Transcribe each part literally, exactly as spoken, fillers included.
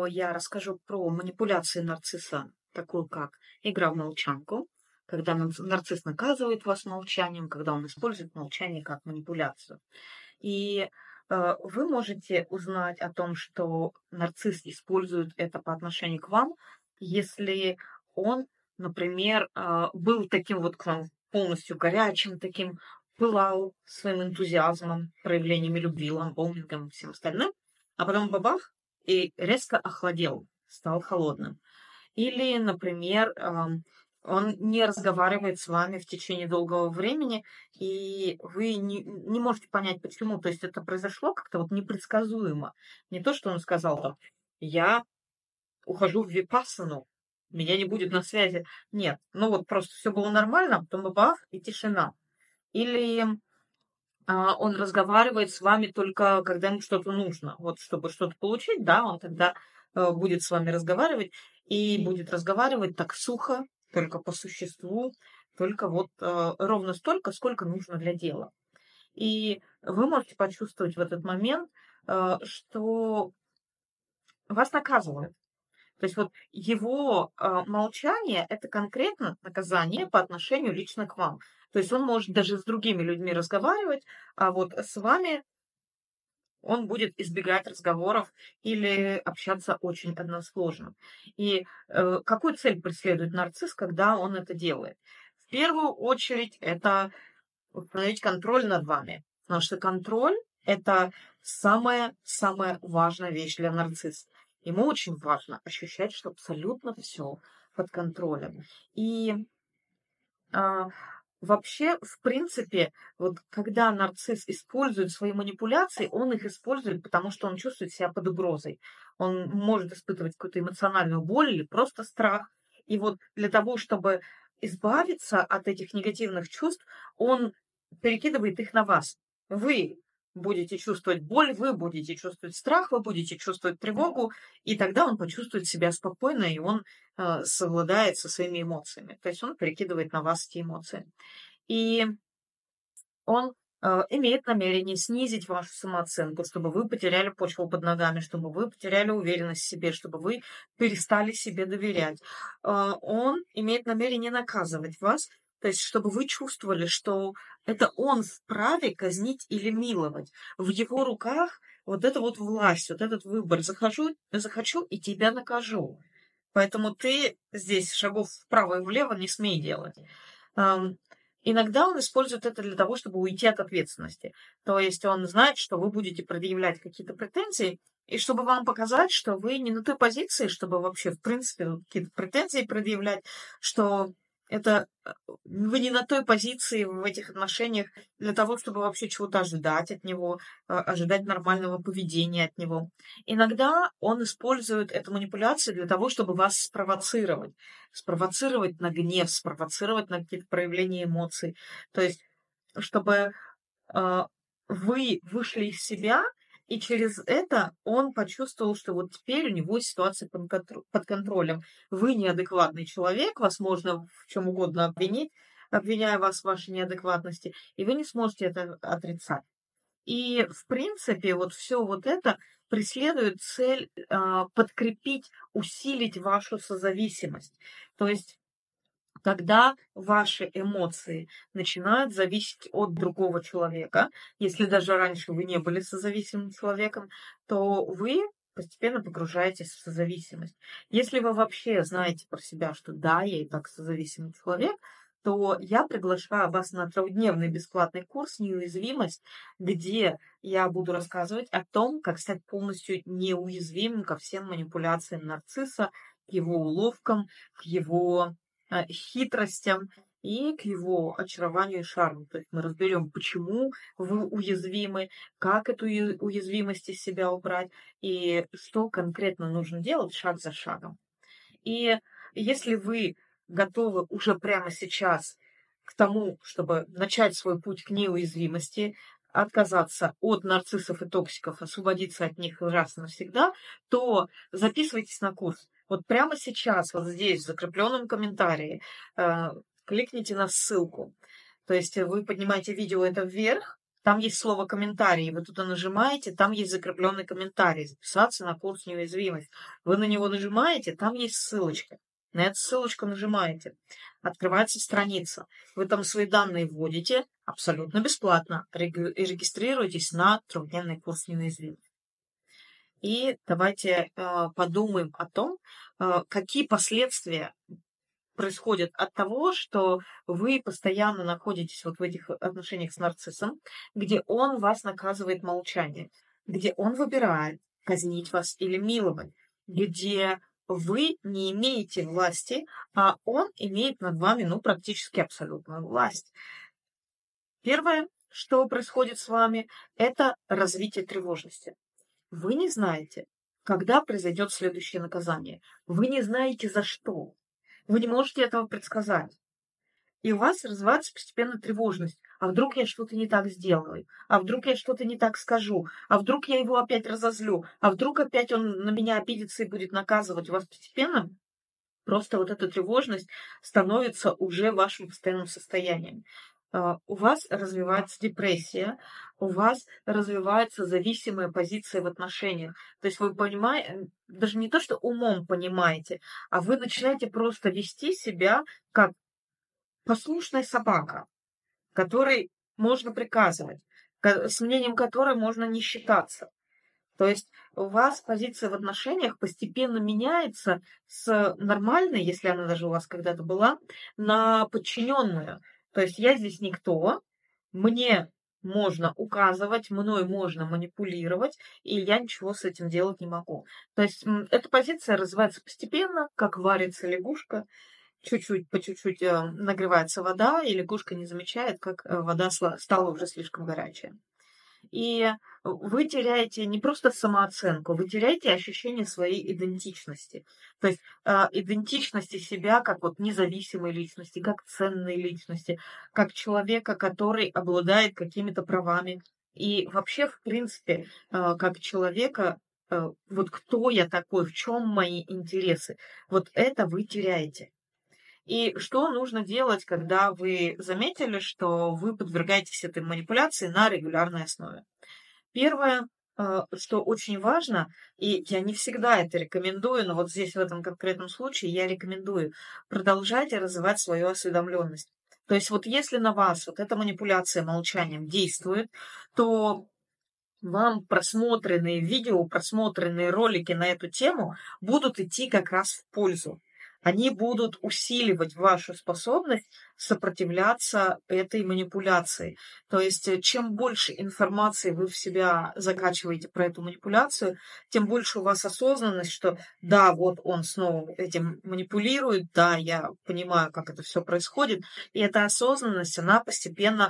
видео я расскажу про манипуляции нарцисса, такую как игра в молчанку, когда нар- нарцисс наказывает вас молчанием, когда он использует молчание как манипуляцию. И э, вы можете узнать о том, что нарцисс использует это по отношению к вам, если он, например, э, был таким вот к вам полностью горячим, таким пылал своим энтузиазмом, проявлениями любви, ламбомингом и всем остальным, а потом бабах, и резко охладел, стал холодным. Или, например, ам, он не разговаривает с вами в течение долгого времени, и вы не, не можете понять, почему. То есть это произошло как-то вот непредсказуемо. Не то, что он сказал там, я ухожу в випассану, меня не будет на связи. Нет, ну вот просто все было нормально, а потом бабах и тишина. Или а, он разговаривает с вами только когда ему что-то нужно. Вот чтобы что-то получить, да, он тогда э, будет с вами разговаривать и будет разговаривать так сухо, только по существу, только вот э, ровно столько, сколько нужно для дела. И вы можете почувствовать в этот момент, э, что вас наказывают. То есть вот его а, молчание — это конкретно наказание по отношению лично к вам. То есть он может даже с другими людьми разговаривать, а вот с вами он будет избегать разговоров или общаться очень односложно. И э, какую цель преследует нарцисс, когда он это делает? В первую очередь это установить контроль над вами, потому что контроль — это самая-самая важная вещь для нарцисса. Ему очень важно ощущать, что абсолютно все под контролем. И а, вообще, в принципе, вот когда нарцисс использует свои манипуляции, он их использует, потому что он чувствует себя под угрозой. Он может испытывать какую-то эмоциональную боль или просто страх. И вот для того, чтобы избавиться от этих негативных чувств, он перекидывает их на вас. Вы будете чувствовать боль, вы будете чувствовать страх, вы будете чувствовать тревогу, и тогда он почувствует себя спокойно, и он э, совладает со своими эмоциями. То есть он перекидывает на вас эти эмоции. И он э, имеет намерение снизить вашу самооценку, чтобы вы потеряли почву под ногами, чтобы вы потеряли уверенность в себе, чтобы вы перестали себе доверять. Э, он имеет намерение наказывать вас, то есть чтобы вы чувствовали, что это он вправе казнить или миловать. В его руках вот эта вот власть, вот этот выбор. Захожу, захочу и тебя накажу. Поэтому ты здесь шагов вправо и влево не смей делать. Ам, Иногда он использует это для того, чтобы уйти от ответственности. То есть он знает, что вы будете предъявлять какие-то претензии, и чтобы вам показать, что вы не на той позиции, чтобы вообще, в принципе, какие-то претензии предъявлять, что это э, вы не на той позиции в этих отношениях для того, чтобы вообще чего-то ожидать от него, э, ожидать нормального поведения от него. Иногда он использует эту манипуляцию для того, чтобы вас спровоцировать. Спровоцировать на гнев, спровоцировать на какие-то проявления эмоций. То есть, чтобы а, вы вышли из себя, и через это он почувствовал, что вот теперь у него ситуация под контро- под контролем. Вы неадекватный человек, вас можно в чем угодно обвинить, обвиняя вас в вашей неадекватности, и вы не сможете это отрицать. И, в принципе, вот все вот это преследует цель, а, подкрепить, усилить вашу созависимость. То есть, когда ваши эмоции начинают зависеть от другого человека, если даже раньше вы не были созависимым человеком, то вы постепенно погружаетесь в созависимость. Если вы вообще знаете про себя, что да, я и так созависимый человек, то я приглашаю вас на трехдневный бесплатный курс «Неуязвимость», где я буду рассказывать о том, как стать полностью неуязвимым ко всем манипуляциям нарцисса, к его уловкам, к его а, хитростям и к его очарованию и шарму. То есть мы разберем, почему вы уязвимы, как эту ю- уязвимость из себя убрать и что конкретно нужно делать шаг за шагом. И если вы готовы уже прямо сейчас к тому, чтобы начать свой путь к неуязвимости, отказаться от нарциссов и токсиков, освободиться от них раз и навсегда, то записывайтесь на курс. Вот прямо сейчас, вот здесь, в закрепленном комментарии, э, кликните на ссылку. То есть вы поднимаете видео это вверх, там есть слово «комментарий», вы туда нажимаете, там есть закрепленный комментарий, записаться на курс «Неуязвимость». Вы на него нажимаете, там есть ссылочка. На эту ссылочку нажимаете, открывается страница. Вы там свои данные вводите абсолютно бесплатно и регистрируетесь на трехдневный курс «Неуязвимость». И давайте э, подумаем о том, э, какие последствия происходит от того, что вы постоянно находитесь вот в этих отношениях с нарциссом, где он вас наказывает молчанием, где он выбирает казнить вас или миловать, где вы не имеете власти, а он имеет над вами, ну, практически абсолютную власть. Первое, что происходит с вами, это развитие тревожности. Вы не знаете, когда произойдет следующее наказание. Вы не знаете, за что. Вы не можете этого предсказать. И у вас развивается постепенно тревожность. А вдруг я что-то не так сделаю? А вдруг я что-то не так скажу? А вдруг я его опять разозлю? А вдруг опять он на меня обидится и будет наказывать? У вас постепенно просто вот эта тревожность становится уже вашим постоянным состоянием. У вас развивается депрессия, у вас развивается зависимая позиция в отношениях. То есть вы понимаете, даже не то, что умом понимаете, а вы начинаете просто вести себя как послушная собака, которой можно приказывать, с мнением которой можно не считаться. То есть у вас позиция в отношениях постепенно меняется с нормальной, если она даже у вас когда-то была, на подчиненную. То есть я здесь никто, мне можно указывать, мной можно манипулировать, и я ничего с этим делать не могу. То есть эта позиция развивается постепенно, как варится лягушка, чуть-чуть, по чуть-чуть нагревается вода, и лягушка не замечает, как вода стала уже слишком горячая. И вы теряете не просто самооценку, вы теряете ощущение своей идентичности. То есть э, идентичности себя как вот независимой личности, как ценной личности, как человека, который обладает какими-то правами. И вообще, в принципе, э, как человека, э, вот кто я такой, в чем мои интересы, вот это вы теряете. И что нужно делать, когда вы заметили, что вы подвергаетесь этой манипуляции на регулярной основе? Первое, что очень важно, и я не всегда это рекомендую, но вот здесь в этом конкретном случае я рекомендую, продолжайте развивать свою осведомленность. То есть вот если на вас вот эта манипуляция молчанием действует, то вам просмотренные видео, просмотренные ролики на эту тему будут идти как раз в пользу. Они будут усиливать вашу способность сопротивляться этой манипуляции. То есть чем больше информации вы в себя закачиваете про эту манипуляцию, тем больше у вас осознанность, что да, вот он снова этим манипулирует, да, я понимаю, как это все происходит. И эта осознанность, она постепенно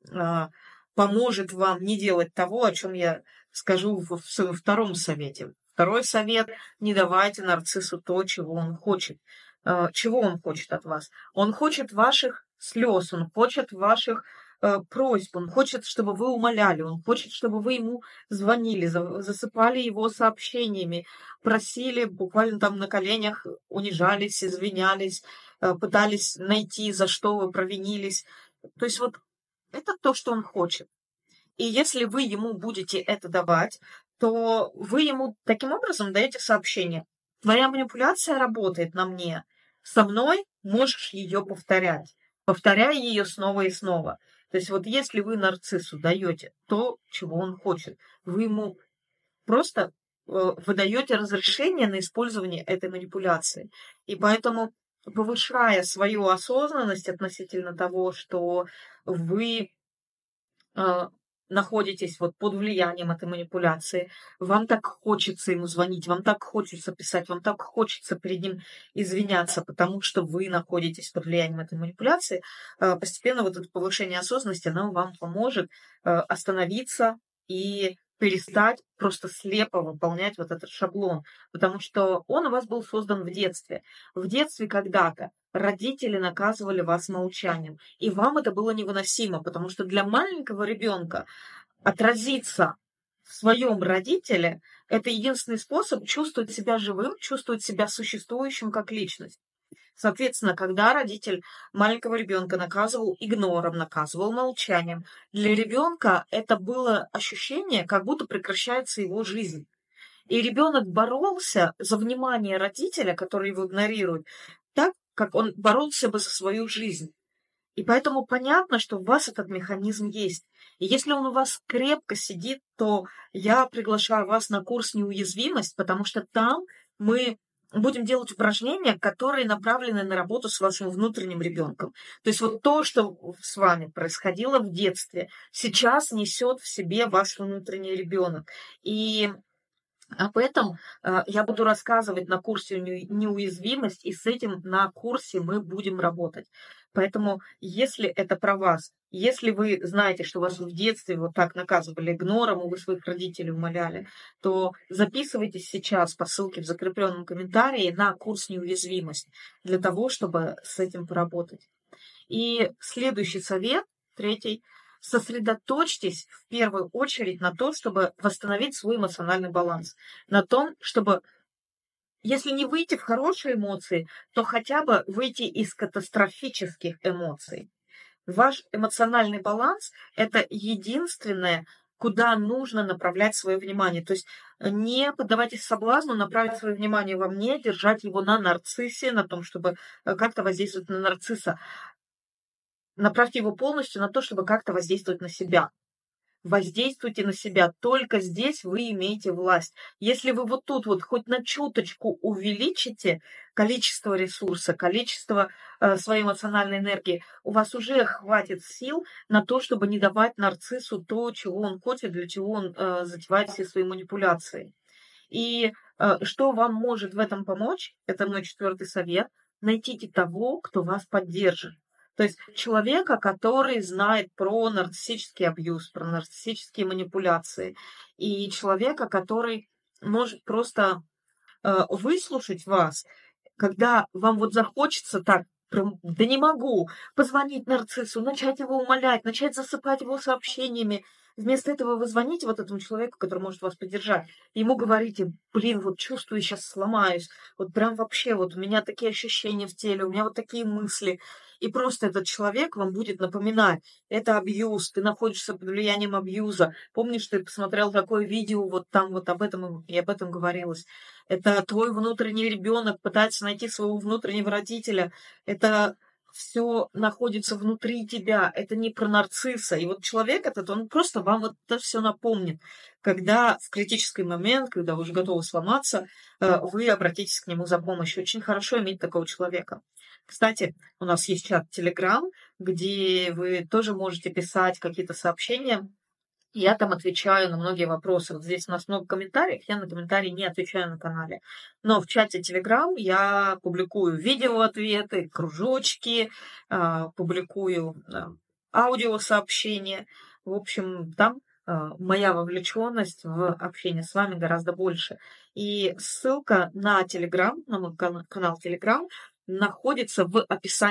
поможет вам не делать того, о чем я скажу в своем втором совете. Второй совет – не давайте нарциссу то, чего он хочет. Чего он хочет от вас? Он хочет ваших слез, он хочет ваших э, просьб, он хочет, чтобы вы умоляли, он хочет, чтобы вы ему звонили, засыпали его сообщениями, просили буквально там на коленях, унижались, извинялись, э, пытались найти, за что вы провинились. То есть вот это то, что он хочет. И если вы ему будете это давать, то вы ему таким образом даете сообщение. Твоя манипуляция работает на мне. Со мной можешь ее повторять. Повторяй ее снова и снова. То есть вот если вы нарциссу даете то, чего он хочет, вы ему просто э, выдаете разрешение на использование этой манипуляции. И поэтому, повышая свою осознанность относительно того, что вы э, находитесь вот под влиянием этой манипуляции, вам так хочется ему звонить, вам так хочется писать, вам так хочется перед ним извиняться, потому что вы находитесь под влиянием этой манипуляции, э, постепенно вот это повышение осознанности, оно вам поможет э, остановиться и перестать просто слепо выполнять вот этот шаблон, потому что он у вас был создан в детстве. В детстве когда-то родители наказывали вас молчанием, и вам это было невыносимо, потому что для маленького ребенка отразиться в своем родителе – это единственный способ чувствовать себя живым, чувствовать себя существующим как личность. Соответственно, когда родитель маленького ребенка наказывал игнором, наказывал молчанием, для ребенка это было ощущение, как будто прекращается его жизнь. И ребенок боролся за внимание родителя, который его игнорирует, так, как он боролся бы за свою жизнь. И поэтому понятно, что у вас этот механизм есть. И если он у вас крепко сидит, то я приглашаю вас на курс «Неуязвимость», потому что там мы будем делать упражнения, которые направлены на работу с вашим внутренним ребенком. То есть вот то, что с вами происходило в детстве, сейчас несет в себе ваш внутренний ребенок. И об этом э, я буду рассказывать на курсе «Неуязвимость», и с этим на курсе мы будем работать. Поэтому, если это про вас, если вы знаете, что вас в детстве вот так наказывали игнором, и вы своих родителей умоляли, то записывайтесь сейчас по ссылке в закрепленном комментарии на курс «Неуязвимость» для того, чтобы с этим поработать. И следующий совет, третий. Сосредоточьтесь в первую очередь на том, чтобы восстановить свой эмоциональный баланс. На том, чтобы, если не выйти в хорошие эмоции, то хотя бы выйти из катастрофических эмоций. Ваш эмоциональный баланс – это единственное, куда нужно направлять свое внимание. То есть не поддавайтесь соблазну направить свое внимание во мне, держать его на нарциссе, на том, чтобы как-то воздействовать на нарцисса. Направьте его полностью на то, чтобы как-то воздействовать на себя. Воздействуйте на себя. Только здесь вы имеете власть. Если вы вот тут вот хоть на чуточку увеличите количество ресурса, количество э, своей эмоциональной энергии, у вас уже хватит сил на то, чтобы не давать нарциссу то, чего он хочет, для чего он э, затевает все свои манипуляции. И э, что вам может в этом помочь, это мой четвертый совет, найдите того, кто вас поддержит. То есть человека, который знает про нарциссический абьюз, про нарциссические манипуляции. И человека, который может просто э, выслушать вас, когда вам вот захочется так, прям, да не могу, позвонить нарциссу, начать его умолять, начать засыпать его сообщениями. Вместо этого вы звоните вот этому человеку, который может вас поддержать, и ему говорите: блин, вот чувствую, сейчас сломаюсь, вот прям вообще вот у меня такие ощущения в теле, у меня вот такие мысли. И просто этот человек вам будет напоминать: это абьюз, ты находишься под влиянием абьюза. Помнишь, ты посмотрел такое видео, вот там вот об этом и об этом говорилось. Это твой внутренний ребенок пытается найти своего внутреннего родителя. Это все находится внутри тебя. Это не про нарцисса. И вот человек этот, он просто вам вот это все напомнит. Когда в критический момент, когда вы уже готовы сломаться, вы обратитесь к нему за помощью. Очень хорошо иметь такого человека. Кстати, у нас есть чат Telegram, где вы тоже можете писать какие-то сообщения. Я там отвечаю на многие вопросы. Вот здесь у нас много комментариев, я на комментарии не отвечаю на канале. Но в чате Telegram я публикую видео-ответы, кружочки, публикую аудиосообщения. В общем, там моя вовлеченность в общение с вами гораздо больше. И ссылка на Telegram, на мой канал Telegram, находится в описании